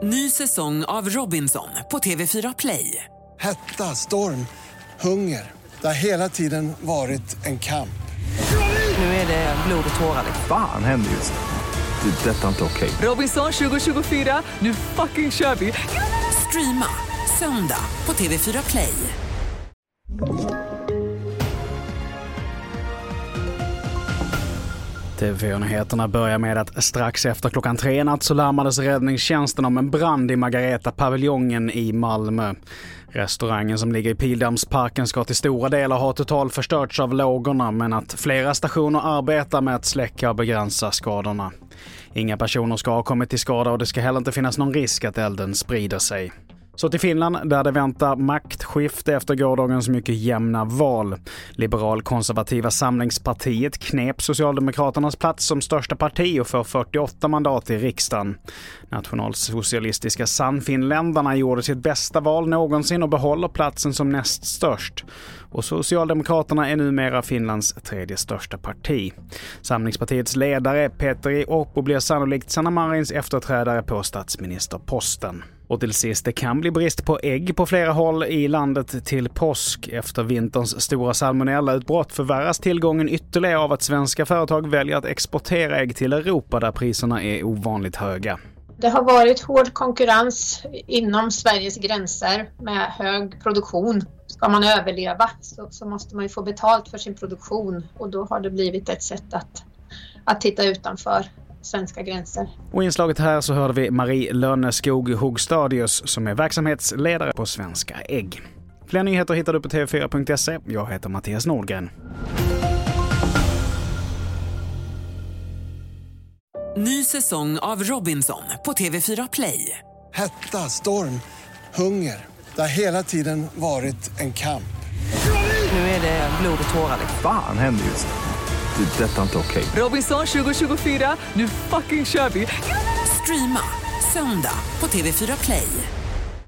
Ny säsong av Robinson på TV4 Play. Hetta, storm, hunger. Det har hela tiden varit en kamp. Nu är det blod och tårar. Fan händer just nu. Det. Detta är inte okej. Robinson 2024, nu fucking kör vi. Streama söndag på TV4 Play. TV4-nyheterna börjar med att strax efter klockan 3 natt så larmades räddningstjänsten om en brand i Margareta-paviljongen i Malmö. Restaurangen som ligger i Pildammsparken ska till stora delar ha totalt förstörts av lågorna, men att flera stationer arbetar med att släcka och begränsa skadorna. Inga personer ska ha kommit till skada och det ska heller inte finnas någon risk att elden sprider sig. Så till Finland, där det väntar maktskifte efter gårdagens mycket jämna val. Liberal-konservativa samlingspartiet knep Socialdemokraternas plats som största parti och får 48 mandat i riksdagen. Nationalsocialistiska Sannfinländarna gjorde sitt bästa val någonsin och behåller platsen som näst störst. Och Socialdemokraterna är numera Finlands tredje största parti. Samlingspartiets ledare Petteri Orpo blir sannolikt Sanna Marins efterträdare på statsministerposten. Och till sist, det kan bli brist på ägg på flera håll i landet till påsk. Efter vinterns stora salmonellautbrott förvärras tillgången ytterligare av att svenska företag väljer att exportera ägg till Europa där priserna är ovanligt höga. Det har varit hård konkurrens inom Sveriges gränser med hög produktion. Ska man överleva så måste man ju få betalt för sin produktion, och då har det blivit ett sätt att titta utanför svenska gränser. Och i inslaget här så hörde vi Marie Lönneskog Hogstadius som är verksamhetsledare på Svenska Ägg. Fler nyheter hittar du på tv4.se. Jag heter Mattias Nordgren. Ny säsong av Robinson på TV4 Play. Hetta, storm, hunger. Det har hela tiden varit en kamp. Nu är det blod och tårar. Fan händer just nu. Det. Detta är inte okej. Robinson 2024, nu fucking kör vi. Streama söndag på TV4 Play.